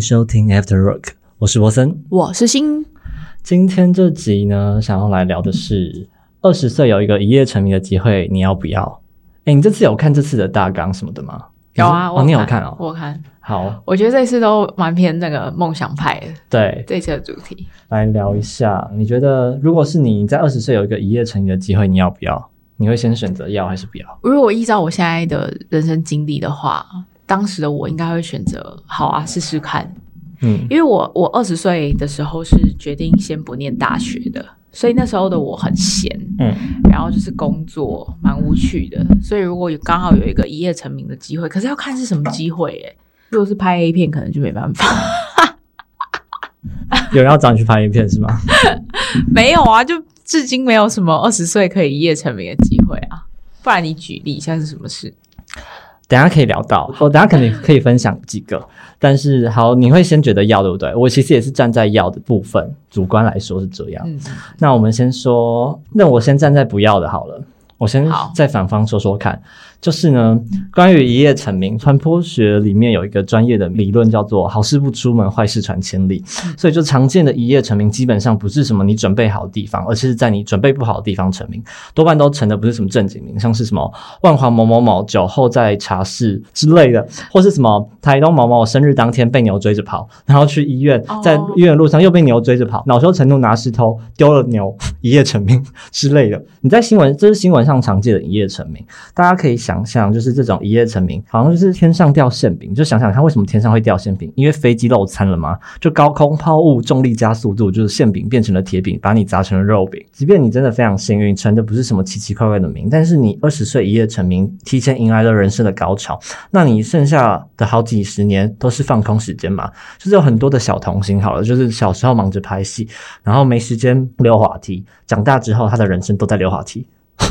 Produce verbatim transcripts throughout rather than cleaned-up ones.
收听 After Work， 我是博森， 我是欣。 今天这集呢，想要来聊的是二十岁有一个一夜成名的机会，你要不要？诶，你这次有看这次的大纲什么的吗？ 有啊， 哦，你有看哦？ 我有看。 好， 我觉得这次都蛮偏那个梦想派的。 对， 这次的主题来聊一下，你觉得如果是你在二十岁有一个一夜成名的机会，你要不要？你会先选择要还是不要？ 如果我依照我现在的人生经历的话，当时的我应该会选择好啊，试试看。嗯，因为我我二十岁的时候是决定先不念大学的，所以那时候的我很闲，嗯，然后就是工作蛮无趣的，所以如果刚好有一个一夜成名的机会，可是要看是什么机会耶。如果是拍 A 片，可能就没办法。 有人要找你去拍 A 片是吗？ 没有啊，就至今没有什么二十岁可以一夜成名的机会啊。不然你举例一下是什么事？ 等一下可以聊到，我等一下肯定可以分享几个。但是好，你会先觉得要对不对？我其实也是站在要的部分，主观来说是这样。嗯，那我们先说，那我先站在不要的好了。我先在反方说说看，就是呢，关于一夜成名，传播学里面有一个专业的理论叫做好事不出门，坏事传千里。所以就常见的一夜成名，基本上不是什么你准备好的地方，而是在你准备不好的地方成名，多半都成的不是什么正经名，像是什么万华某某某酒后在茶室之类的，或是什么台东某某生日当天被牛追着跑，然后去医院，在医院路上又被牛追着跑，恼羞成怒拿石头丢了牛，一夜成名之类的。你在新闻，这是新闻上常见的一夜成名，大家可以想象，就是这种一夜成名，好像就是天上掉馅饼。就想想看，为什么天上会掉馅饼？因为飞机漏餐了吗？就高空抛物，重力加速度，就是馅饼变成了铁饼，把你砸成了肉饼。即便你真的非常幸运，成的不是什么奇奇怪怪的名，但是你二十岁一夜成名，提前迎来了人生的高潮，那你剩下的好几十年都是放空时间嘛？就是有很多的小童星，好了，就是小时候忙着拍戏，然后没时间溜滑梯，长大之后他的人生都在溜滑梯。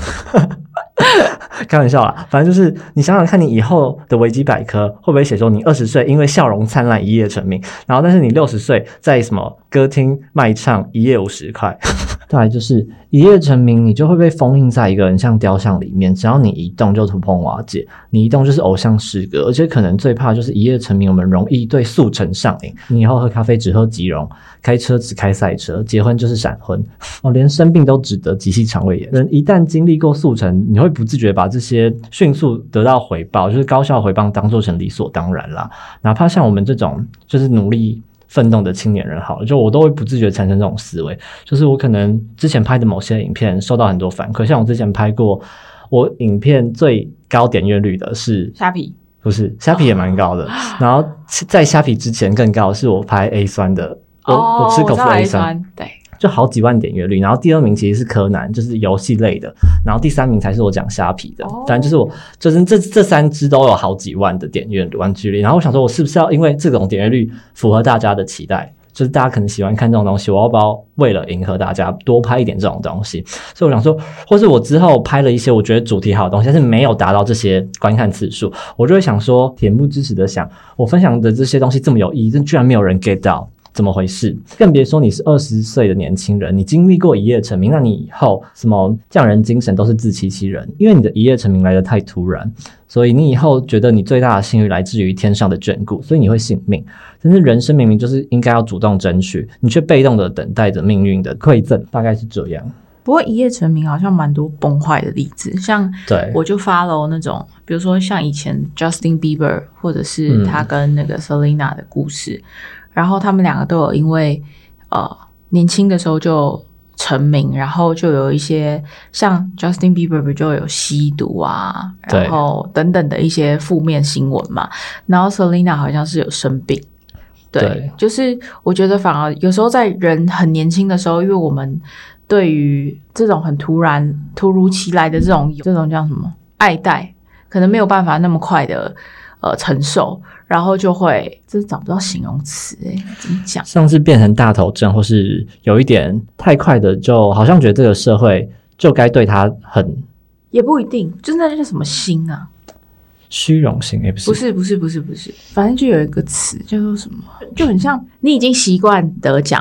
开玩笑啦，反正就是你想想看，你以后的维基百科会不会写说你二十岁因为笑容灿烂一夜成名，然后但是你六十岁在什么歌厅卖唱一夜五十块。再来就是一夜成名，你就会被封印在一个很像雕像里面，只要你移动就土崩瓦解，你移动就是偶像失格，而且可能最怕就是一夜成名，我们容易对速成上瘾，你以后喝咖啡只喝即溶，开车只开赛车，结婚就是闪婚，哦，连生病都只得急性肠胃炎。人一旦经历过速成，你会不自觉把这些迅速得到回报，就是高效回报当作成理所当然啦。哪怕像我们这种就是努力奋斗的青年人好了，就我都会不自觉产生这种思维，就是我可能之前拍的某些影片受到很多反馈，像我之前拍过，我影片最高点阅率的是虾皮， 不是虾皮也蛮高的，然后在虾皮之前更高的是我拍 A 酸的，我、哦、我吃口服 A 酸， 对。 就好几万点阅率，然后第二名其实是柯南，就是游戏类的，然后第三名才是我讲虾皮的，反正就是我就是这这三支都有好几万的点阅率，然后我想说我是不是要因为这种点阅率符合大家的期待，就是大家可能喜欢看这种东西，我要不要为了迎合大家多拍一点这种东西？所以我想说，或是我之后拍了一些我觉得主题好的东西，但是没有达到这些观看次数，我就会想说恬不知耻的想，我分享的这些东西这么有意义，但居然没有人 get 到。怎么回事？更别说你是二十岁的年轻人，你经历过一夜成名，那你以后什么匠人精神都是自欺欺人，因为你的一夜成名来得太突然，所以你以后觉得你最大的幸运来自于天上的眷顾，所以你会信命。但是人生明明就是应该要主动争取，你却被动的等待着命运的馈赠，大概是这样。 不过一夜成名好像蛮多崩坏的例子，像我就 follow 那种，比如说像以前 Justin Bieber 或者是他跟那个 Selena 的故事。嗯，然后他们两个都有因为呃年轻的时候就成名，然后就有一些像 Justin Bieber 就有吸毒啊，然后等等的一些负面新闻嘛。然后 Selena 好像是有生病， 对，对，就是我觉得反而有时候在人很年轻的时候，因为我们对于这种很突然突如其来的这种这种叫什么爱戴，可能没有办法那么快的呃承受。然后就会，这是找不到形容词诶，怎么讲？ 像是变成大头症，或是有一点太快的，就好像觉得这个社会就该对他很， 也不一定，就是那叫什么心啊？ 虚荣心诶，不是？ 不是，不是，不是，不是，反正就有一个词叫做什么，就很像你已经习惯得奖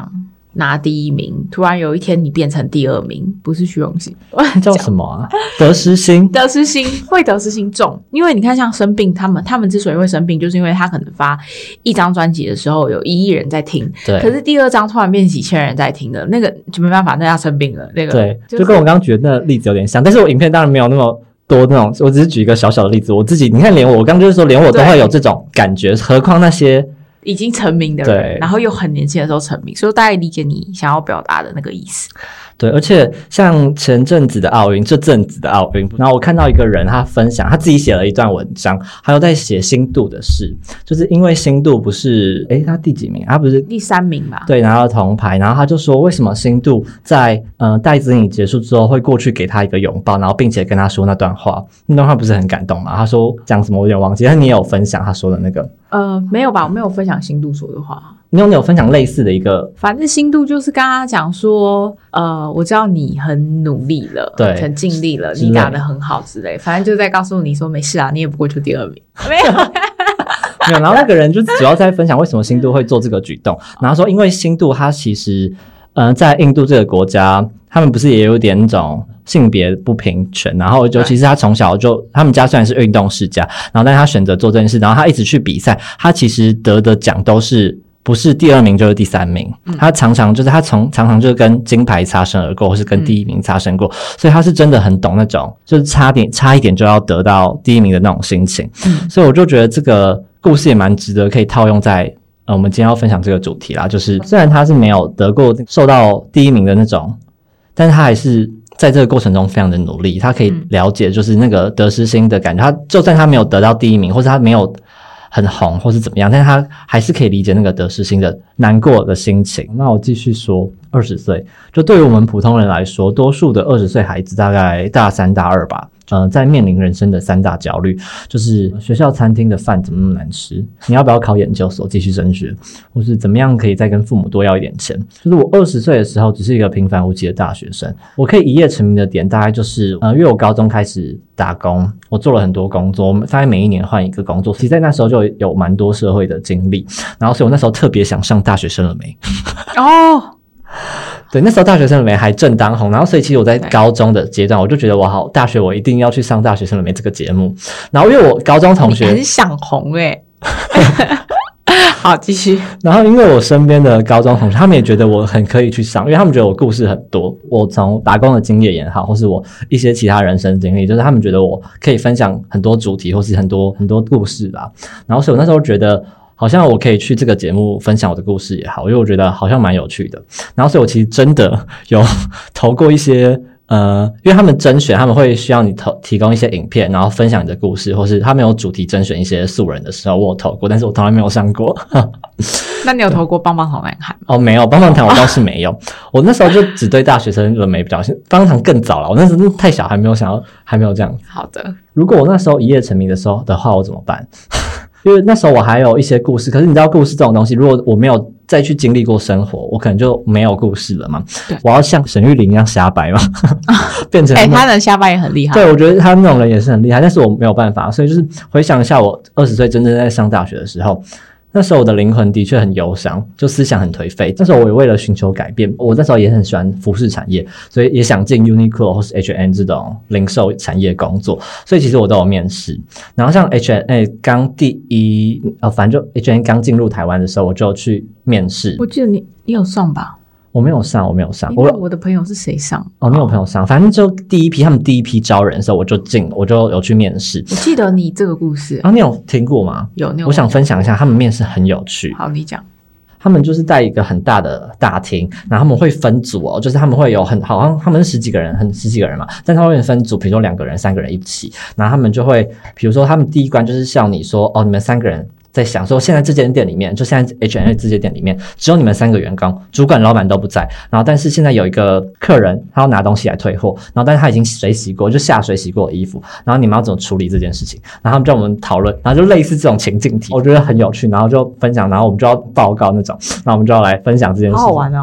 拿第一名，突然有一天你变成第二名，不是虚荣心， 叫什么啊？得失心， 得失心会得失心重，因为你看像生病，他们他们之所以会生病，就是因为他可能发一张专辑的时候有一亿人在听， 对， 可是第二张突然变几千人在听了，那个就没办法，那要生病了，那个对，就跟我刚刚举的那个例子有点像，但是我影片当然没有那么多那种，我只是举一个小小的例子，我自己你看，连我我刚就是说，连我都会有这种感觉，何况那些已经成名的人，然后又很年轻的时候成名，所以我大概理解你想要表达的那个意思。 对，而且像前阵子的奥运，这阵子的奥运，然后我看到一个人他分享，他自己写了一段文章，还有在写新度的事，就是因为新度不是，诶他第几名？他不是第三名吧？ 对，拿到铜牌，然后他就说，为什么新度在呃戴资颖结束之后会过去给他一个拥抱，然后并且跟他说那段话，那段话不是很感动吗？他说讲什么我有点忘记，但你也有分享他说的那个。 呃，没有吧，我没有分享新度说的话。 你有没有分享类似的一个？ 反正新度就是跟他讲说，呃，我知道你很努力了， 对， 很尽力了，你打得很好之类，反正就在告诉你说没事啊，你也不过就第二名，没有。 没有，然后那个人就主要在分享为什么新度会做这个举动，然后说因为新度他其实，呃，在印度这个国家，他们不是也有点那种性别不平权，然后尤其是他从小就，他们家虽然是运动世家，然后但是他选择做这件事，然后他一直去比赛，他其实得的奖都是不是第二名就是第三名，嗯、他常常就是他从常常就是跟金牌擦身而过，或是跟第一名擦身过，嗯、所以他是真的很懂那种就是差点差一点就要得到第一名的那种心情，嗯、所以我就觉得这个故事也蛮值得可以套用在呃我们今天要分享这个主题啦，就是虽然他是没有得过受到第一名的那种，但是他还是在这个过程中非常的努力，他可以了解就是那个得失心的感觉，他就算他没有得到第一名，或是他没有很红或是怎么样，但是他还是可以理解那个得失心的难过的心情。那我继续说，二十岁就对于我们普通人来说，多数的二十岁孩子大概大三大二吧，呃，在面临人生的三大焦虑，就是学校餐厅的饭怎么那么难吃，你要不要考研究所继续升学，或是怎么样可以再跟父母多要一点钱。就是我二十岁的时候只是一个平凡无奇的大学生，我可以一夜成名的点大概就是呃，因为我高中开始打工，我做了很多工作，我大概每一年换一个工作，其实在那时候就有蛮多社会的经历，然后所以我那时候特别想上大学生了没哦对，那时候大学生了没还正当红，然后所以其实我在高中的阶段，我就觉得我好，大学我一定要去上大学生了没这个节目。然后因为我高中同学很想红诶、欸、好继续。 然后因为我身边的高中同学，他们也觉得我很可以去上，因为他们觉得我故事很多，我从打工的经验也好，或是我一些其他人生经历，就是他们觉得我可以分享很多主题，或是很多很多故事啦。然后所以我那时候觉得好像我可以去这个节目分享我的故事也好，因为我觉得好像蛮有趣的。然后所以我其实真的有投过一些呃，因为他们甄选他们会需要你投提供一些影片，然后分享你的故事，或是他们有主题甄选一些素人的时候，我有投过，但是我从来没有上过。 那你有投过棒棒糖男孩吗？ 哦，没有，棒棒糖我倒是没有。我那时候就只对大学生了没比较，棒棒糖更早了，我那时候太小，还没有想要，还没有这样。 好的， 如果我那时候一夜成名的时候的话，我怎么办？因为那时候我还有一些故事，可是你知道故事这种东西，如果我没有再去经历过生活，我可能就没有故事了嘛。我要像沈玉琳一样瞎掰嘛，变成哎、欸，他的瞎掰也很厉害。 对，我觉得他那种人也是很厉害，但是我没有办法，所以就是回想一下我二十岁真正在上大学的时候。那时候我的灵魂的确很忧伤，就思想很颓废。那时候我也为了寻求改变，我那时候也很喜欢服饰产业，所以也想进 Uniqlo 或是 H and M 这种零售产业工作。所以其实我都有面试。然后像 H and M 刚第一，呃，反正就 H and M 刚进入台湾的时候，我就去面试。 我记得你你有上吧？ 我没有上，我没有上。 我我的朋友是谁上？ 哦，你有朋友上，反正就第一批他们第一批招人的时候，我就进，我就有去面试。 我记得你这个故事啊，你有听过吗？ 有， 我想分享一下，他们面试很有趣。 好，你讲。 他们就是在一个很大的大厅，然后他们会分组哦，就是他们会有很好像他们是十几个人，很十几个人嘛，但他们会分组，比如说两个人、三个人一起，然后他们就会，比如说他们第一关就是叫你说，哦，你们三个人。在想说现在这间店里面，就现在 H and M 这间店里面只有你们三个员工，主管老板都不在，然后但是现在有一个客人他要拿东西来退货，然后但是他已经水洗过，就下水洗过的衣服，然后你们要怎么处理这件事情，然后他们叫我们讨论，然后就类似这种情境题，我觉得很有趣，然后就分享，然后我们就要报告那种，然后我们就要来分享这件事情， 好好玩哦。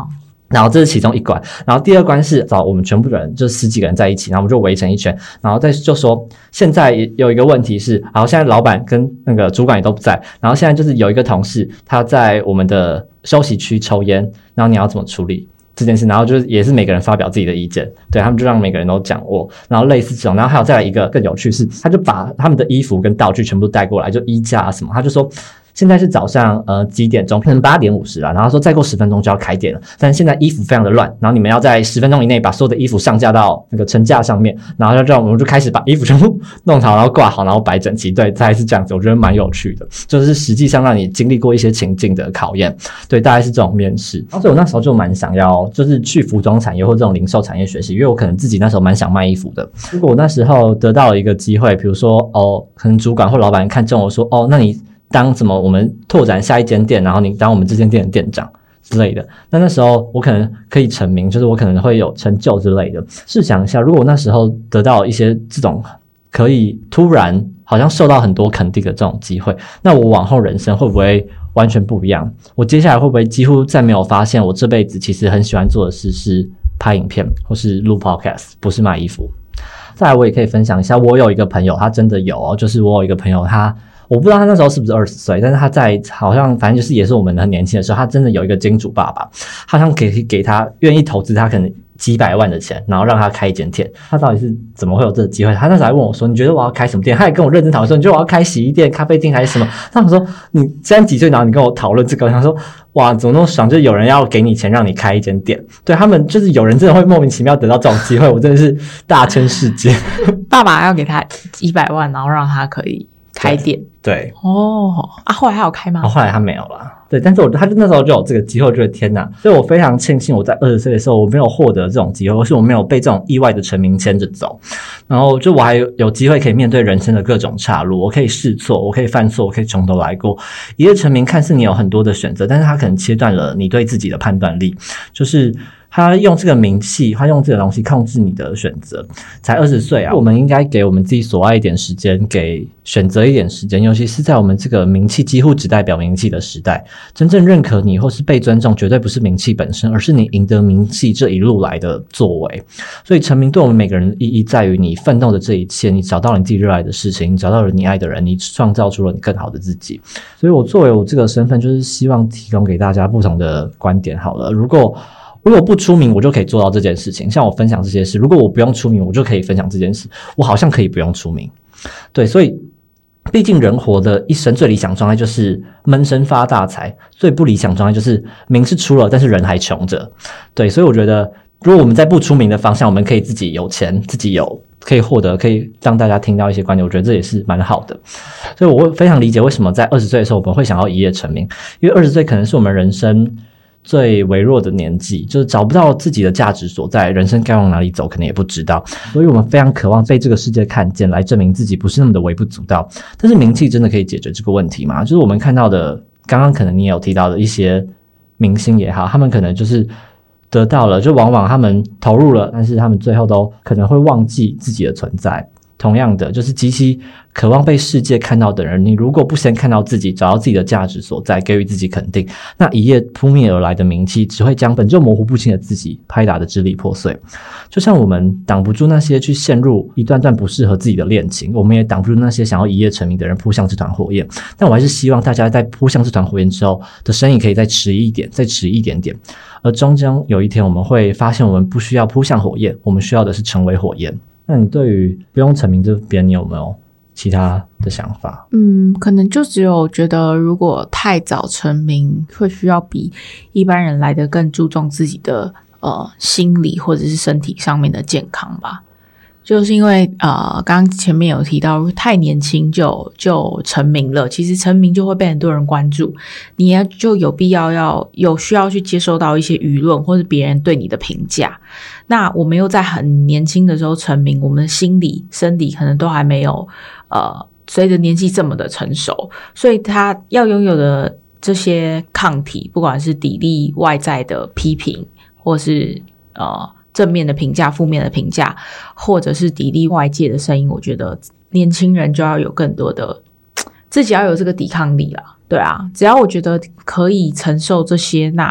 然后这是其中一关，然后第二关是找我们全部的人，就十几个人在一起，然后我们就围成一圈，然后再就说现在有一个问题是，好，现在老板跟那个主管也都不在，然后现在就是有一个同事他在我们的休息区抽烟，然后你要怎么处理这件事，然后就是也是每个人发表自己的意见，对，他们就让每个人都讲过，然后类似这种，然后还有再来一个更有趣是，他就把他们的衣服跟道具全部带过来，就衣架啊什么，他就说现在是早上呃几点钟，可能八点五十啦，然后说再过十分钟就要开店了，但是现在衣服非常的乱，然后你们要在十分钟以内把所有的衣服上架到那个层架上面，然后就这样我们就开始把衣服全部弄好，然后挂好，然后摆整齐，对，大概是这样子，我觉得蛮有趣的，就是实际上让你经历过一些情境的考验，对，大概是这种面试。所以我那时候就蛮想要就是去服装产业或这种零售产业学习，因为我可能自己那时候蛮想卖衣服的。如果我那时候得到了一个机会，比如说哦，可能主管或老板看中我说哦，那你当怎么我们拓展下一间店，然后你当我们这间店的店长之类的，那那时候我可能可以成名，就是我可能会有成就之类的。试想一下，如果我那时候得到一些这种可以突然好像受到很多肯定的这种机会，那我往后人生会不会完全不一样？我接下来会不会几乎再没有发现我这辈子其实很喜欢做的事是拍影片或是录 podcast， 不是卖衣服。再来我也可以分享一下，我有一个朋友他真的有哦，就是我有一个朋友他我不知道他那时候是不是二十岁，但是他在好像反正就是也是我们很年轻的时候，他真的有一个金主爸爸，他好像给给他愿意投资他可能几百万的钱，然后让他开一间店。他到底是怎么会有这个机会？他那时候还问我说：“你觉得我要开什么店？”他也跟我认真讨论说：“你觉得我要开洗衣店、咖啡店还是什么？”他想说：“你现在几岁？然后你跟我讨论这个？”我想说：“哇，怎么那么爽？就是有人要给你钱让你开一间店。”对，他们就是有人真的会莫名其妙得到这种机会，我真的是大千世界。 爸爸要给他几百万，然后让他可以开店。 对哦啊，后来还有开吗？ 哦、后来他没有了。对，但是我他就那时候就有这个机会，我觉得天哪！所以我非常庆幸我在二十岁的时候我没有获得这种机会，或是我没有被这种意外的成名牵着走。然后就我还有有机会可以面对人生的各种岔路，我可以试错，我可以犯错，我可以从头来过。一夜成名看似你有很多的选择，但是他可能切断了你对自己的判断力，就是他用这个名气，他用这个东西控制你的选择。才二十岁啊，我们应该给我们自己所爱一点时间，给选择一点时间，尤其是在我们这个名气几乎只代表名气的时代，真正认可你或是被尊重，绝对不是名气本身，而是你赢得名气这一路来的作为。所以成名对我们每个人的意义在于你奋斗的这一切，你找到了你自己热爱的事情，你找到了你爱的人，你创造出了你更好的自己。所以我作为我这个身份，就是希望提供给大家不同的观点好了。如果如果不出名我就可以做到这件事情，像我分享这些事，如果我不用出名我就可以分享这件事，我好像可以不用出名。对，所以毕竟人活的一生最理想状态就是闷声发大财，最不理想状态就是名是出了但是人还穷着。对，所以我觉得如果我们在不出名的方向，我们可以自己有钱，自己有可以获得，可以让大家听到一些观点，我觉得这也是蛮好的。所以我会非常理解为什么在二十岁的时候我们会想要一夜成名，因为二十岁可能是我们人生最微弱的年纪，就是找不到自己的价值所在，人生该往哪里走可能也不知道，所以我们非常渴望被这个世界看见，来证明自己不是那么的微不足道。但是名气真的可以解决这个问题吗？就是我们看到的刚刚可能你也有提到的一些明星也好，他们可能就是得到了，就往往他们投入了，但是他们最后都可能会忘记自己的存在。同样的，就是极其渴望被世界看到的人，你如果不先看到自己，找到自己的价值所在，给予自己肯定，那一夜扑面而来的名气只会将本就模糊不清的自己拍打得支离破碎。就像我们挡不住那些去陷入一段段不适合自己的恋情，我们也挡不住那些想要一夜成名的人扑向这团火焰。但我还是希望大家在扑向这团火焰之后的身影可以再迟一点，再迟一点点，而终将有一天我们会发现我们不需要扑向火焰，我们需要的是成为火焰。那你对于不用成名这边你有没有其他的想法？ 嗯，可能就只有觉得如果太早成名会需要比一般人来得更注重自己的呃心理或者是身体上面的健康吧。就是因为呃，刚刚前面有提到太年轻就就成名了，其实成名就会被很多人关注，你也就有必要要有需要去接受到一些舆论或是别人对你的评价。那我们又在很年轻的时候成名，我们的心理生理可能都还没有呃随着年纪这么的成熟，所以他要拥有的这些抗体，不管是砥砺外在的批评，或是呃正面的评价、负面的评价，或者是砥砺外界的声音，我觉得年轻人就要有更多的自己要有这个抵抗力啦。对啊，只要我觉得可以承受这些，那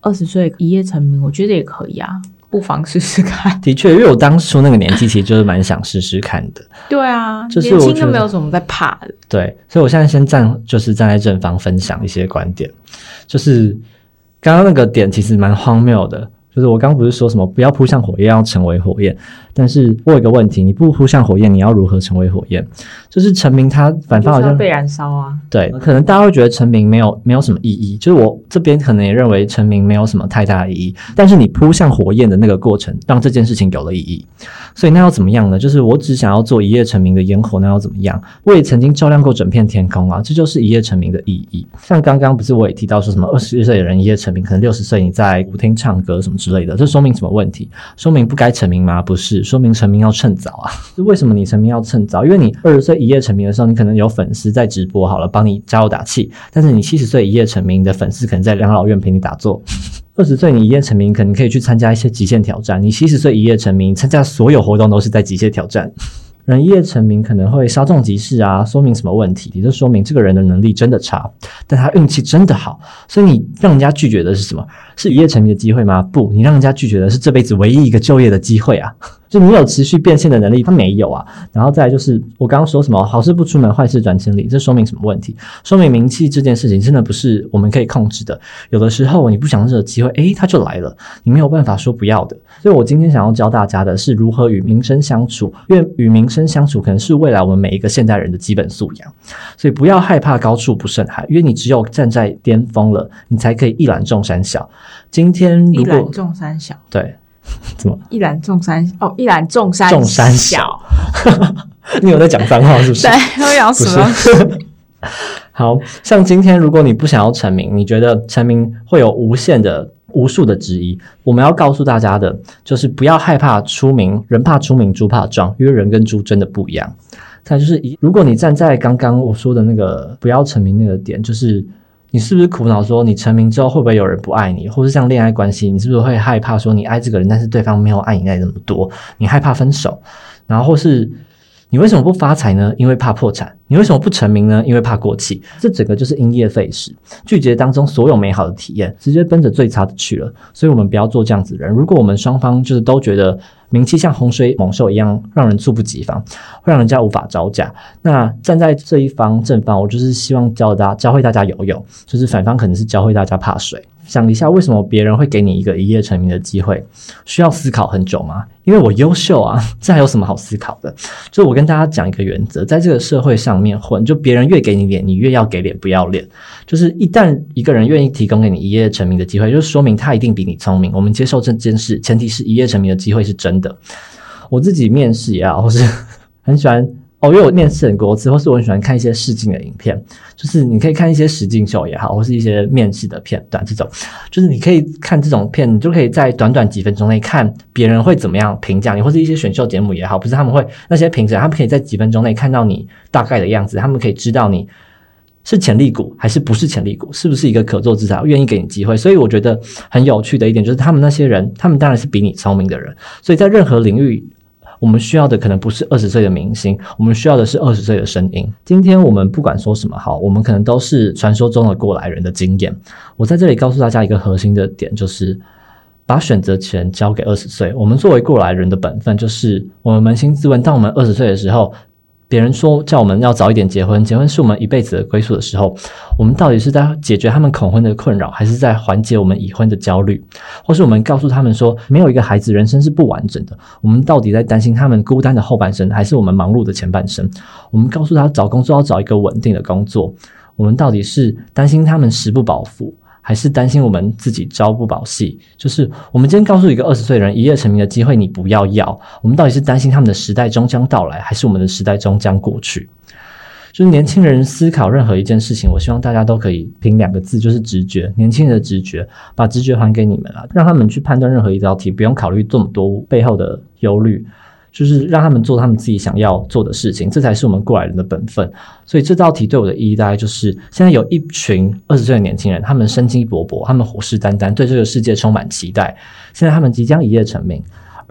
二十岁一夜成名，我觉得也可以啊，不妨试试看。 的确，因为我当初那个年纪其实就是蛮想试试看的。 对啊， 就是年轻就没有什么在怕的。 对，所以我现在先站就是站在正方分享一些观点。就是刚刚那个点其实蛮荒谬的，就是我刚刚不是说什么不要扑向火焰要成为火焰，但是我有一个问题，你不扑向火焰你要如何成为火焰？就是成名它反方好像被燃烧啊。 对，可能大家会觉得成名没有没有什么意义，就是我这边可能也认为成名没有什么太大的意义，但是你扑向火焰的那个过程让这件事情有了意义。所以那要怎么样呢？就是我只想要做一夜成名的烟火，那要怎么样？我也曾经照亮过整片天空啊，这就是一夜成名的意义。像刚刚不是我也提到说什么二十岁的人一夜成名，可能六十岁你在舞厅唱歌什么之类的，这说明什么问题？说明不该成名吗？不是，说明成名要趁早啊。为什么你成名要趁早？因为你二十岁一夜成名的时候，你可能有粉丝在直播好了帮你加油打气，但是你七十岁一夜成名，你的粉丝可能在养老院陪你打坐。二十岁你一夜成名，可能可以去参加一些极限挑战，你七十岁一夜成名，参加所有活动都是在极限挑战。人一夜成名可能会稍纵即逝啊，说明什么问题？也就说明这个人的能力真的差，但他运气真的好。所以你让人家拒绝的是什么？是一夜成名的机会吗？不，你让人家拒绝的是这辈子唯一一个就业的机会啊。就你有持续变现的能力，他没有啊。然后再来就是我刚刚说什么好事不出门坏事转千里，这说明什么问题？说明名气这件事情真的不是我们可以控制的，有的时候你不想这个机会，诶，它就来了，你没有办法说不要的。所以我今天想要教大家的是如何与名声相处，因为与名声相处可能是未来我们每一个现代人的基本素养。所以不要害怕高处不胜寒，因为你只有站在巅峰了，你才可以一览众山小。今天如果一览众山小， 对，怎么一览众山哦，一览众山众山小你有在讲脏话是不是？ 对，我讲什么？ 好像今天如果你不想要成名，你觉得成名会有无限的无数的质疑，我们要告诉大家的就是不要害怕出名，人怕出名猪怕壮，因为人跟猪真的不一样。再就是如果你站在刚刚我说的那个不要成名那个点，就是你是不是苦恼说你成名之后会不会有人不爱你，或是像恋爱关系，你是不是会害怕说你爱这个人但是对方没有爱你爱那么多，你害怕分手。然后或是你为什么不发财呢？因为怕破产。你为什么不成名呢？因为怕过气。这整个就是因噎废食，拒绝当中所有美好的体验，直接奔着最差的去了。所以我们不要做这样子的人。如果我们双方就是都觉得名气像洪水猛兽一样让人猝不及防，会让人家无法招架，那站在这一方正方，我就是希望教大家教会大家游泳，就是反方可能是教会大家怕水。想一下为什么别人会给你一个一夜成名的机会，需要思考很久吗？因为我优秀啊，这还有什么好思考的？就我跟大家讲一个原则，在这个社会上面混，就别人越给你脸，你越要给脸不要脸。就是一旦一个人愿意提供给你一夜成名的机会，就说明他一定比你聪明。我们接受这件事，前提是一夜成名的机会是真的。我自己面试也好，或是很喜欢哦，因为我面试很多次，或是我很喜欢看一些试镜的影片，就是你可以看一些实境秀也好，或是一些面试的片段，这种就是你可以看这种片，你就可以在短短几分钟内看别人会怎么样评价你，或是一些选秀节目也好，不是他们会那些评审，他们可以在几分钟内看到你大概的样子，他们可以知道你是潜力股还是不是潜力股，是不是一个可造之材，愿意给你机会。所以我觉得很有趣的一点就是他们那些人，他们当然是比你聪明的人，所以在任何领域我们需要的可能不是二十岁的明星，我们需要的是二十岁的声音。今天我们不管说什么好，我们可能都是传说中的过来人的经验。我在这里告诉大家一个核心的点，就是把选择权交给二十岁。我们作为过来人的本分就是我们扪心自问，当我们二十岁的时候，别人说叫我们要早一点结婚，结婚是我们一辈子的归宿的时候，我们到底是在解决他们恐婚的困扰，还是在缓解我们已婚的焦虑？或是我们告诉他们说没有一个孩子人生是不完整的，我们到底在担心他们孤单的后半生，还是我们忙碌的前半生？我们告诉他找工作要找一个稳定的工作，我们到底是担心他们食不饱腹，还是担心我们自己朝不保夕？就是我们今天告诉一个二十岁的人一夜成名的机会你不要要，我们到底是担心他们的时代终将到来，还是我们的时代终将过去？就是年轻人思考任何一件事情，我希望大家都可以凭两个字，就是直觉。年轻人的直觉，把直觉还给你们啦，让他们去判断任何一道题，不用考虑这么多背后的忧虑，就是让他们做他们自己想要做的事情，这才是我们过来人的本分。所以这道题对我的意义大概就是现在有一群二十岁的年轻人，他们生机勃勃，他们虎视眈眈，对这个世界充满期待，现在他们即将一夜成名。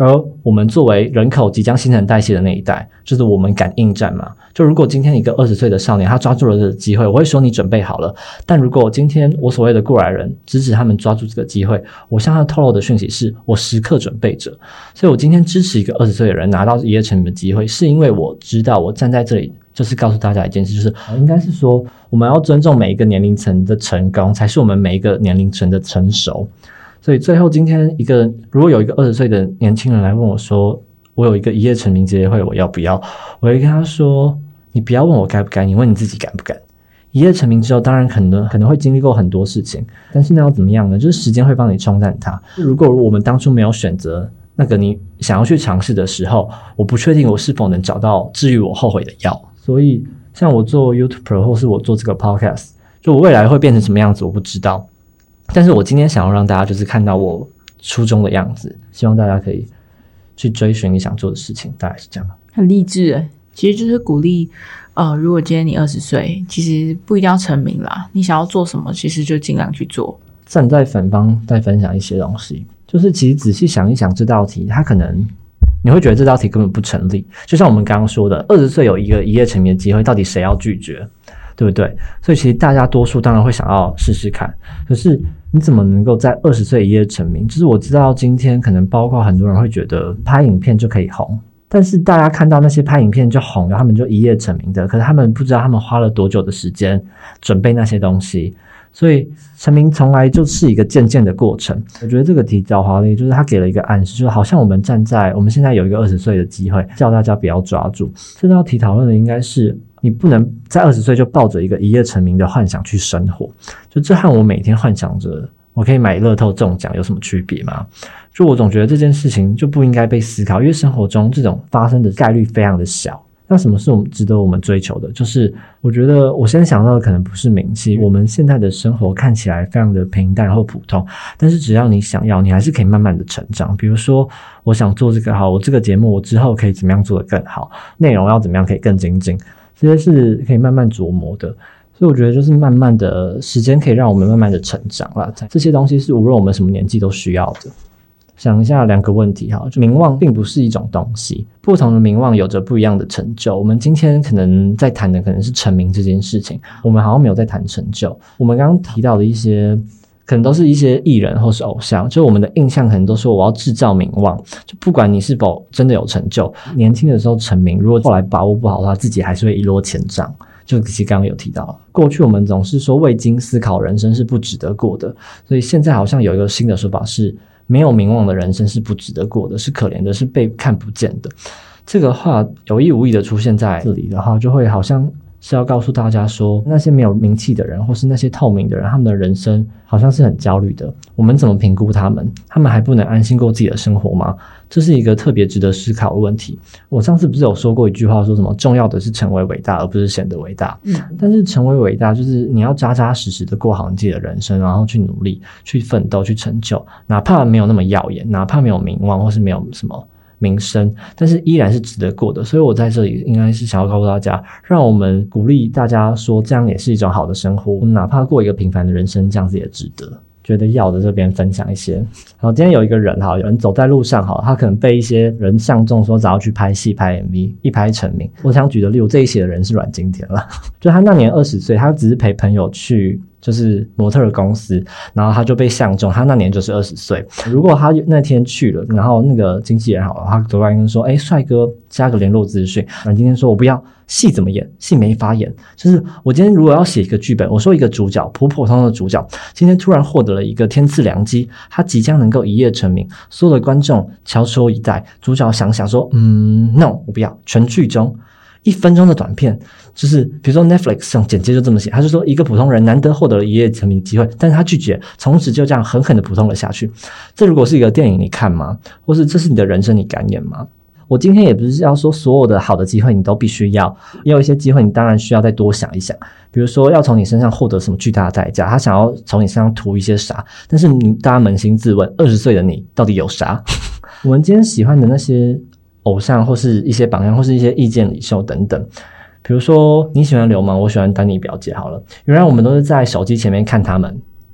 而我们作为人口即将新陈代谢的那一代，就是我们敢应战嘛。就如果今天一个二十岁的少年他抓住了这个机会，我会说你准备好了。但如果今天我所谓的过来人支持他们抓住这个机会，我向他透露的讯息是我时刻准备着。所以我今天支持一个二十岁的人拿到一夜成名的机会，是因为我知道我站在这里就是告诉大家一件事，就是应该是说我们要尊重每一个年龄层的成功，才是我们每一个年龄层的成熟。所以最后今天一个如果有一个二十岁的年轻人来问我说我有一个一夜成名机会我要不要，我会跟他说你不要问我该不该，你问你自己敢不敢。一夜成名之后当然可能可能会经历过很多事情，但是那要怎么样呢？就是时间会帮你冲淡它。如果我们当初没有选择那个你想要去尝试的时候，我不确定我是否能找到治愈我后悔的药。所以像我做 YouTuber 或是我做这个 Podcast， 就我未来会变成什么样子我不知道，但是我今天想要让大家就是看到我初衷的样子，希望大家可以去追寻你想做的事情，大概是这样。 很励志耶，其实就是鼓励呃，如果今天你二十岁，其实不一定要成名啦，你想要做什么其实就尽量去做。 站在反方再分享一些东西，就是其实仔细想一想这道题，它可能你会觉得这道题根本不成立，就像我们刚刚说的二十岁有一个一夜成名的机会，到底谁要拒绝，对不对？所以其实大家多数当然会想要试试看，可是你怎么能够在二十岁一夜成名？就是我知道今天可能包括很多人会觉得拍影片就可以红，但是大家看到那些拍影片就红了他们就一夜成名的，可是他们不知道他们花了多久的时间准备那些东西。所以成名从来就是一个渐渐的过程。我觉得这个题狡猾的就是他给了一个暗示，就是好像我们站在我们现在有一个二十岁的机会，叫大家不要抓住。这道题讨论的应该是你不能在二十岁就抱着一个一夜成名的幻想去生活，就这和我每天幻想着我可以买乐透中奖有什么区别吗？就我总觉得这件事情就不应该被思考，因为生活中这种发生的概率非常的小。那什么是我们值得我们追求的？就是我觉得我先想到的可能不是名气，我们现在的生活看起来非常的平淡或普通，但是只要你想要，你还是可以慢慢的成长。比如说我想做这个好，我这个节目我之后可以怎么样做得更好，内容要怎么样可以更精进，这些是可以慢慢琢磨的。所以我觉得就是慢慢的时间可以让我们慢慢的成长啦，这些东西是无论我们什么年纪都需要的。想一下两个问题哈，就名望并不是一种东西，不同的名望有着不一样的成就。我们今天可能在谈的可能是成名这件事情，我们好像没有在谈成就。我们刚刚提到的一些可能都是一些艺人或是偶像，就我们的印象可能都说我要制造名望，就不管你是否真的有成就，年轻的时候成名，如果后来把握不好的话，自己还是会一落千丈。就其实刚刚有提到，过去我们总是说未经思考人生是不值得过的，所以现在好像有一个新的说法是没有名望的人生是不值得过的，是可怜的，是被看不见的。这个话有意无意的出现在这里的话，就会好像是要告诉大家说，那些没有名气的人或是那些透明的人，他们的人生好像是很焦虑的。我们怎么评估他们？他们还不能安心过自己的生活吗？这是一个特别值得思考的问题。我上次不是有说过一句话，说什么重要的是成为伟大而不是显得伟大。嗯，但是成为伟大就是你要扎扎实实的过好你自己的人生，然后去努力去奋斗去成就，哪怕没有那么耀眼，哪怕没有名望或是没有什么名声，但是依然是值得过的。所以我在这里应该是想要告诉大家，让我们鼓励大家说这样也是一种好的生活，我们哪怕过一个平凡的人生，这样子也值得。觉得要的这边分享一些。好，今天有一个人哈，有人走在路上哈，他可能被一些人相中说只要去拍戏拍 M V 一拍成名。我想举的例如这一写的人是阮经天了，就他那年二十岁，他只是陪朋友去就是模特儿公司，然后他就被相中，他那年就是二十岁。如果他那天去了，然后那个经纪人好了，他走过来跟说，诶，帅哥加个联络资讯。阮经天说我不要，戏怎么演？戏没法演。就是我今天如果要写一个剧本，我说一个主角普普通通的主角，今天突然获得了一个天赐良机，他即将能够一夜成名，所有的观众翘首以待。主角想想说，嗯 ，no， 我不要。全剧中一分钟的短片，就是比如说 Netflix 上简介就这么写，他就说一个普通人难得获得了一夜成名的机会，但是他拒绝，从此就这样狠狠的普通了下去。这如果是一个电影，你看吗？或是这是你的人生，你敢演吗？我今天也不是要说所有的好的机会你都必须要，也有一些机会你当然需要再多想一想，比如说要从你身上获得什么巨大的代价，他想要从你身上图一些啥，但是你大家扪心自问，二十岁的你到底有啥？我们今天喜欢的那些偶像或是一些榜样或是一些意见领袖等等，比如说你喜欢流氓，我喜欢丹妮表姐好了，原来我们都是在手机前面看他们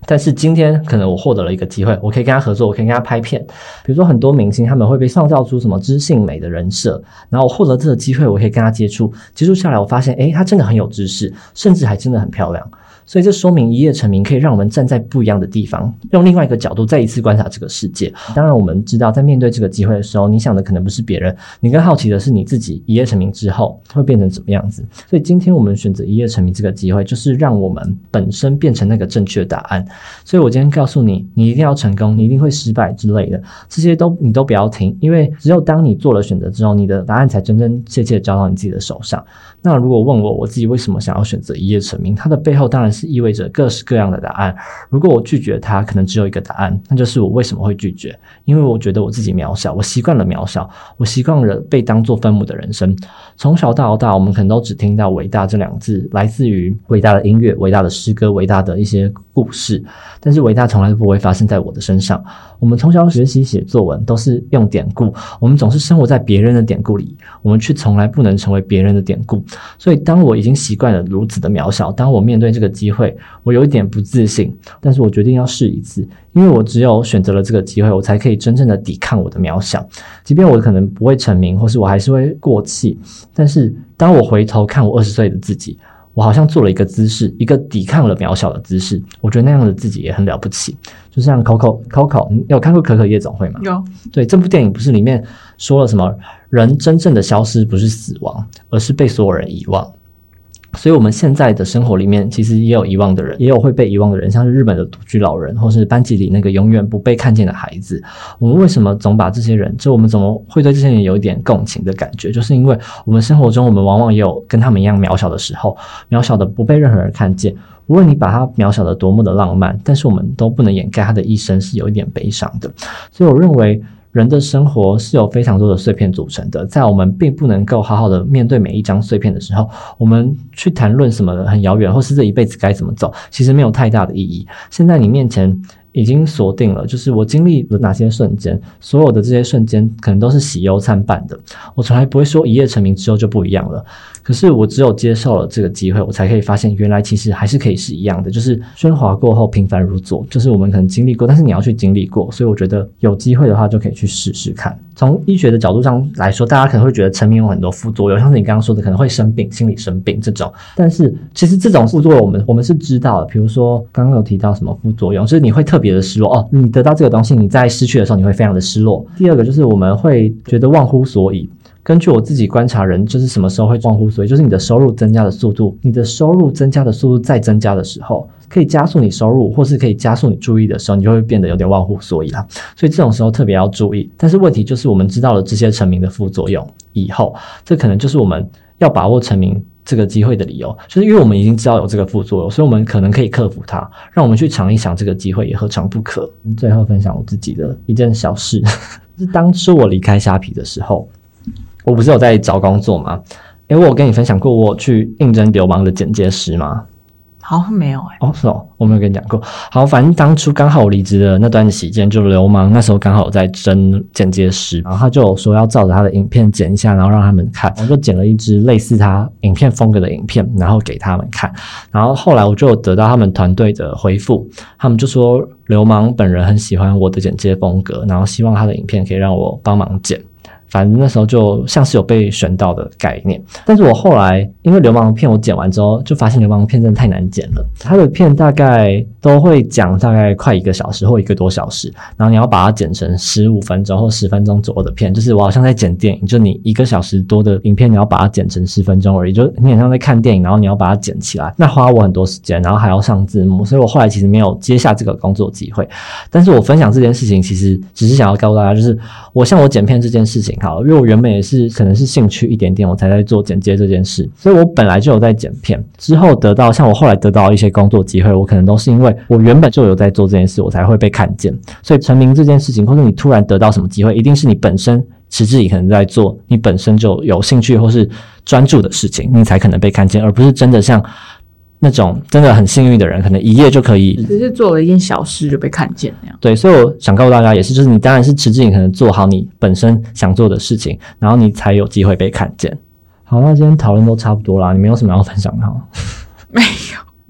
但是今天可能我获得了一个机会，我可以跟他合作，我可以跟他拍片。比如说很多明星他们会被创造出什么知性美的人设，然后我获得这个机会，我可以跟他接触，接触下来我发现诶他真的很有知识，甚至还真的很漂亮。所以这说明一夜成名可以让我们站在不一样的地方，用另外一个角度再一次观察这个世界。当然我们知道在面对这个机会的时候，你想的可能不是别人，你更好奇的是你自己一夜成名之后会变成怎么样子。所以今天我们选择一夜成名这个机会，就是让我们本身变成那个正确的答案。所以我今天告诉你，你一定要成功，你一定会失败之类的，这些都你都不要听，因为只有当你做了选择之后，你的答案才真真切切交到你自己的手上。那如果问我我自己为什么想要选择一夜成名，它的背后当然是意味着各式各样的答案。如果我拒绝它，可能只有一个答案，那就是我为什么会拒绝。因为我觉得我自己渺小，我习惯了渺小，我习惯了被当作分母的人生。从小到大我们可能都只听到伟大这两个字，来自于伟大的音乐、伟大的诗歌、伟大的一些故事，但是伟大从来都不会发生在我的身上。我们从小学习写作文都是用典故，我们总是生活在别人的典故里，我们却从来不能成为别人的典故。所以当我已经习惯了如此的渺小，当我面对这个机会我有一点不自信，但是我决定要试一次，因为我只有选择了这个机会，我才可以真正的抵抗我的渺小。即便我可能不会成名，或是我还是会过气，但是当我回头看我二十岁的自己，我好像做了一个姿势，一个抵抗了渺小的姿势，我觉得那样的自己也很了不起。就像 Coco Coco 你有看过可可夜总会吗？ 有。 对，这部电影不是里面说了什么人真正的消失不是死亡，而是被所有人遗忘。所以我们现在的生活里面其实也有遗忘的人，也有会被遗忘的人，像是日本的独居老人，或是班级里那个永远不被看见的孩子。我们为什么总把这些人，就我们怎么会对这些人有一点共情的感觉，就是因为我们生活中我们往往也有跟他们一样渺小的时候，渺小的不被任何人看见。无论你把他渺小的多么的浪漫，但是我们都不能掩盖他的一生是有一点悲伤的。所以我认为人的生活是有非常多的碎片组成的，在我们并不能够好好的面对每一张碎片的时候，我们去谈论什么很遥远或是这一辈子该怎么走，其实没有太大的意义。现在你面前已经锁定了，就是我经历了哪些瞬间，所有的这些瞬间可能都是喜忧参半的。我从来不会说一夜成名之后就不一样了，可是我只有接受了这个机会，我才可以发现原来其实还是可以是一样的，就是喧哗过后平凡如昨，就是我们可能经历过，但是你要去经历过。所以我觉得有机会的话就可以去试试看。从医学的角度上来说，大家可能会觉得成名有很多副作用，像是你刚刚说的可能会生病，心理生病这种，但是其实这种副作用我们我们是知道的。比如说刚刚有提到什么副作用，就是你会特别的失落哦，你得到这个东西，你在失去的时候你会非常的失落。第二个就是我们会觉得忘乎所以。根据我自己观察人就是什么时候会忘乎所以，就是你的收入增加的速度，你的收入增加的速度再增加的时候，可以加速你收入或是可以加速你注意的时候，你就会变得有点忘乎所以啦。所以这种时候特别要注意。但是问题就是我们知道了这些成名的副作用以后，这可能就是我们要把握成名这个机会的理由，就是因为我们已经知道有这个副作用，所以我们可能可以克服它，让我们去尝一尝这个机会也何尝不可。最后分享我自己的一件小事是当初我离开虾皮的时候，我不是有在找工作吗？诶，我有跟你分享过我去应征流氓的剪接师吗？ 好像没有诶、欸、 哦，是哦，我没有跟你讲过。好，反正当初刚好我离职的那段期间，就流氓那时候刚好有在征剪接师，然后他就有说要照着他的影片剪一下，然后让他们看。我就剪了一支类似他影片风格的影片，然后给他们看。然后后来我就有得到他们团队的回复，他们就说流氓本人很喜欢我的剪接风格，然后希望他的影片可以让我帮忙剪。反正那时候就像是有被选到的概念。但是我后来因为流氓片我剪完之后就发现流氓片真的太难剪了，他的片大概都会讲大概快一个小时或一个多小时，然后你要把它剪成十五分钟或十分钟左右的片，就是我好像在剪电影，就你一个小时多的影片你要把它剪成十分钟而已，就你很像在看电影，然后你要把它剪起来，那花我很多时间，然后还要上字幕，所以我后来其实没有接下这个工作机会。但是我分享这件事情其实只是想要告诉大家，就是我像我剪片这件事情好，因为我原本也是可能是兴趣一点点我才在做剪接这件事，所以我本来就有在剪片，之后得到像我后来得到一些工作机会，我可能都是因为我原本就有在做这件事我才会被看见。所以成名这件事情或者你突然得到什么机会，一定是你本身持之以恒在做你本身就有兴趣或是专注的事情，你才可能被看见，而不是真的像那种真的很幸运的人可能一夜就可以只是做了一件小事就被看见那样。 对，所以我想告诉大家也是，就是你当然是持之以恒做好你本身想做的事情，然后你才有机会被看见。好，那今天讨论都差不多啦，你们有什么要分享的吗？ 没有。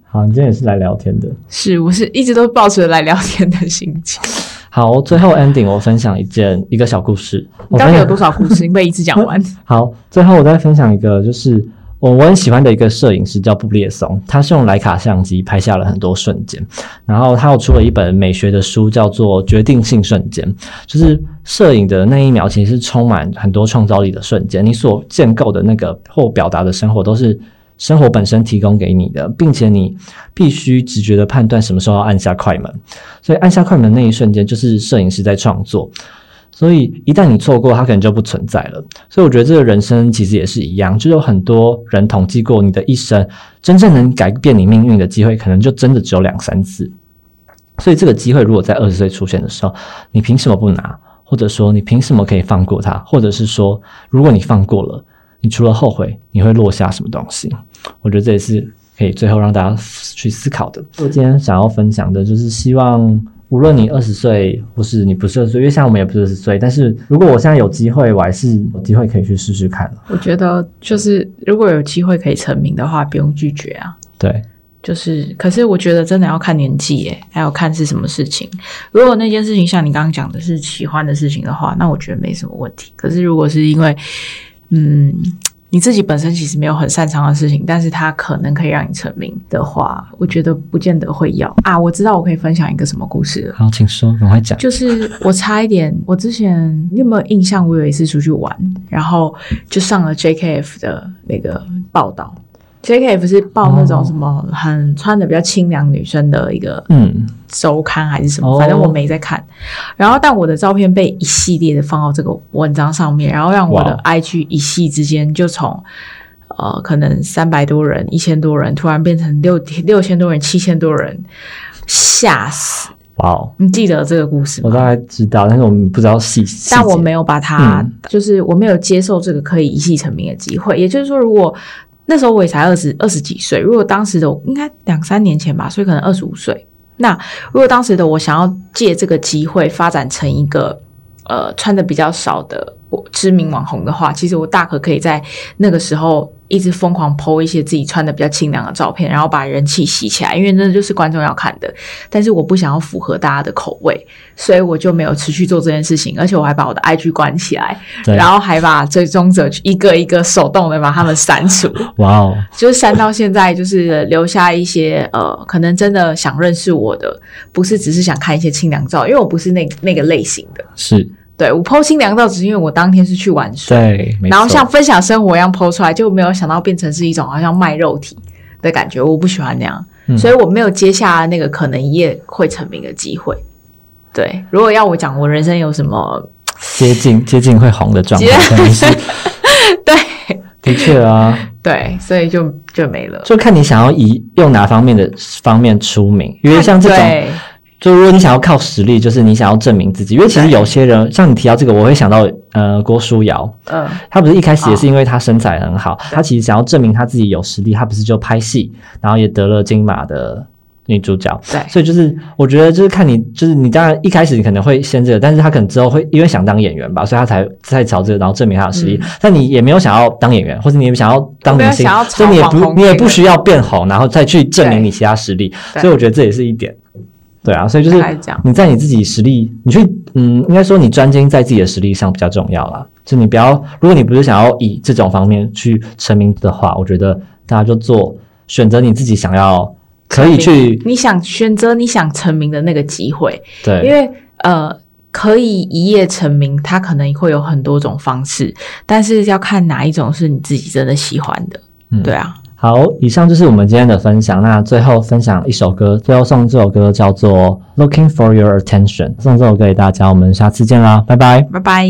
好，你今天也是来聊天的。 是，我是一直都抱持来聊天的心情。 好，最后 ending 我分享一件一个小故事。 你到底有多少故事？你可以一次讲完。 好，最后我再分享一个，就是我我很喜欢的一个摄影师叫布列松，他是用徕卡相机拍下了很多瞬间，然后他又出了一本美学的书，叫做《决定性瞬间》，就是摄影的那一秒其实是充满很多创造力的瞬间，你所建构的那个或表达的生活都是生活本身提供给你的，并且你必须直觉的判断什么时候要按下快门，所以按下快门那一瞬间就是摄影师在创作，所以一旦你错过它可能就不存在了。所以我觉得这个人生其实也是一样，就有很多人统计过你的一生真正能改变你命运的机会可能就真的只有两三次，所以这个机会如果在二十岁出现的时候，你凭什么不拿，或者说你凭什么可以放过它，或者是说如果你放过了，你除了后悔你会落下什么东西。我觉得这也是可以最后让大家去思考的。我今天想要分享的就是希望无论你二十岁或是你不是二十岁，因为像我们也不是二十岁，但是如果我现在有机会，我还是有机会可以去试试看。 我觉得就是如果有机会可以成名的话，不用拒绝啊。 对， 就是可是我觉得真的要看年纪耶，还有看是什么事情。如果那件事情像你刚刚讲的是喜欢的事情的话，那我觉得没什么问题。可是如果是因为嗯你自己本身其实没有很擅长的事情，但是它可能可以让你成名的话，我觉得不见得会要啊。我知道我可以分享一个什么故事了。 好，请说，赶快讲。 就是我差一点，我之前你有没有印象？我有一次出去玩，然后就上了 J K F 的那个报道。J K F 是报那种什么很穿的比较清凉女生的一个周刊还是什么、嗯、反正我没在看。然后但我的照片被一系列的放到这个文章上面，然后让我的 I G 一夕之间就从呃可能三百多人一千多人突然变成六六千多人七千多人，吓死。 哇哦！ 你记得这个故事吗？ 我大概知道，但是我们不知道细细节。 但我没有把它、嗯、就是我没有接受这个可以一夕成名的机会。也就是说，如果那时候我也才二十二十几岁，如果当时的我应该两三年前吧，所以可能二十五岁。那如果当时的我想要借这个机会发展成一个呃穿的比较少的知名网红的话，其实我大可可以在那个时候一直疯狂 po 一些自己穿的比较清凉的照片，然后把人气吸起来，因为那就是观众要看的。但是我不想要符合大家的口味，所以我就没有持续做这件事情，而且我还把我的 I G 关起来，然后还把追踪者一个一个手动的把他们删除。 哇哦！ 就是删到现在，就是留下一些呃，可能真的想认识我的，不是只是想看一些清凉照，因为我不是那那个类型的。 是。 对，我 po 清凉照只是因为我当天是去玩水， 对， 然后像分享生活一样 po 出来，就没有想到变成是一种好像卖肉体的感觉，我不喜欢那样、嗯、所以我没有接下那个可能一夜会成名的机会。对，如果要我讲我人生有什么接近接近会红的状态，可能是对， 的确啊， 对，所以就就没了， 就看你想要以用哪方面的方面出名，因为像这种。就如果你想要靠实力，就是你想要证明自己，因为其实有些人像你提到这个，我会想到呃郭书瑶，嗯，他不是一开始也是因为他身材很好，哦、他其实想要证明他自己有实力，他不是就拍戏，然后也得了金马的女主角， 对， 所以就是我觉得就是看你，就是你当然一开始你可能会先这个，但是他可能之后会因为想当演员吧，所以他才才朝这个，然后证明他的实力。嗯、但你也没有想要当演员，或者你也想要当明星，所以你也不你也不需要变红，然后再去证明你其他实力。所以我觉得这也是一点。对啊，所以就是你在你自己实力，你去嗯，应该说你专精在自己的实力上比较重要啦。就你不要，如果你不是想要以这种方面去成名的话，我觉得大家就做选择你自己想要可以去， 你想选择你想成名的那个机会。 对， 因为呃，可以一夜成名，它可能会有很多种方式，但是要看哪一种是你自己真的喜欢的。嗯、对啊。 好，以上就是我们今天的分享。那最后分享一首歌，最后送这首歌叫做 Looking for Your Attention， 送这首歌给大家，我们下次见啦，拜拜， 拜拜。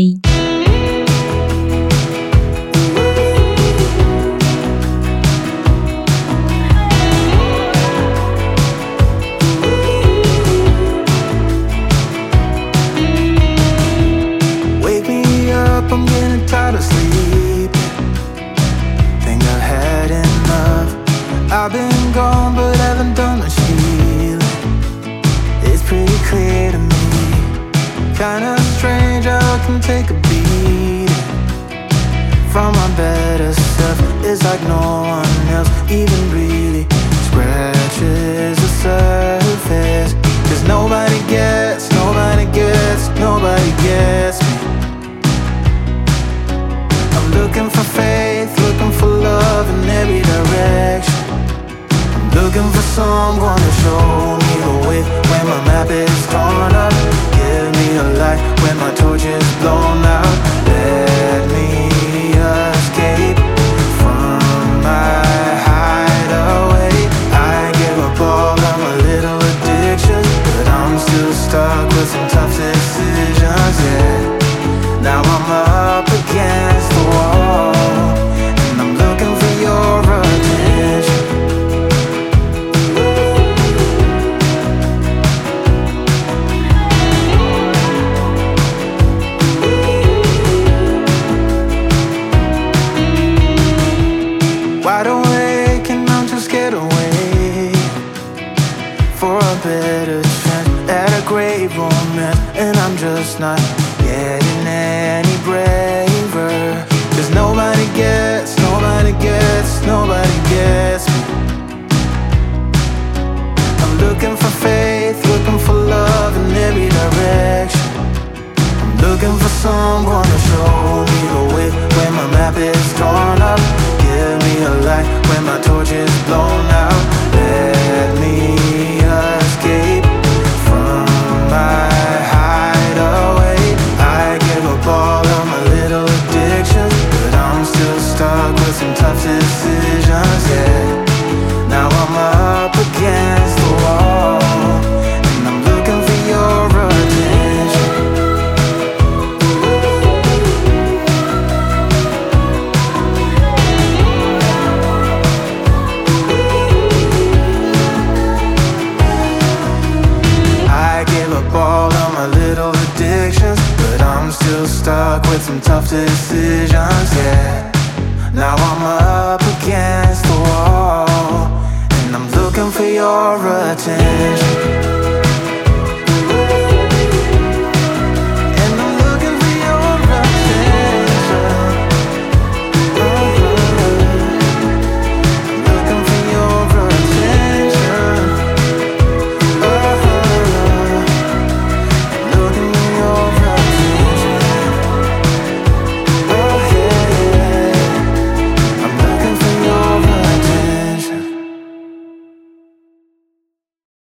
I've been gone but haven't done much healing. It's pretty clear to me, kinda strange how I can take a beating from my better self. It's like no one else even really scratched scratches the surface. Cause nobody gets, nobody gets, nobody gets me. I'm looking for faith, looking for love in every direction. I'm looking for someone to show me the way when my map is torn up. Give me a light when my torch is blown out. Let me escape from my hideaway. I give up all of my little addictions, but I'm still stuck with some tough decisions, yeah. Now I'm up against the wall, and I'm looking for your attention. Wide awake and I'm too scared away for a better chance at a great romance, and I'm just not getting any braver. Cause nobody gets, nobody gets, nobody gets me. I'm looking for faith, looking for love in every direction. I'm looking for someone to show me the way when my map is torn up. Give me a light when my torch is blown out. Let me escape from my hideaway. I give up all of my little addictions, but I'm still stuck with some tough decisions, yeah. Now I'm up against the wall, and I'm looking for your attention. I give up all of my little addictions, but I'm still stuck with some tough decisions, yeah. Now I'm up against the wall, and I'm looking for your attention.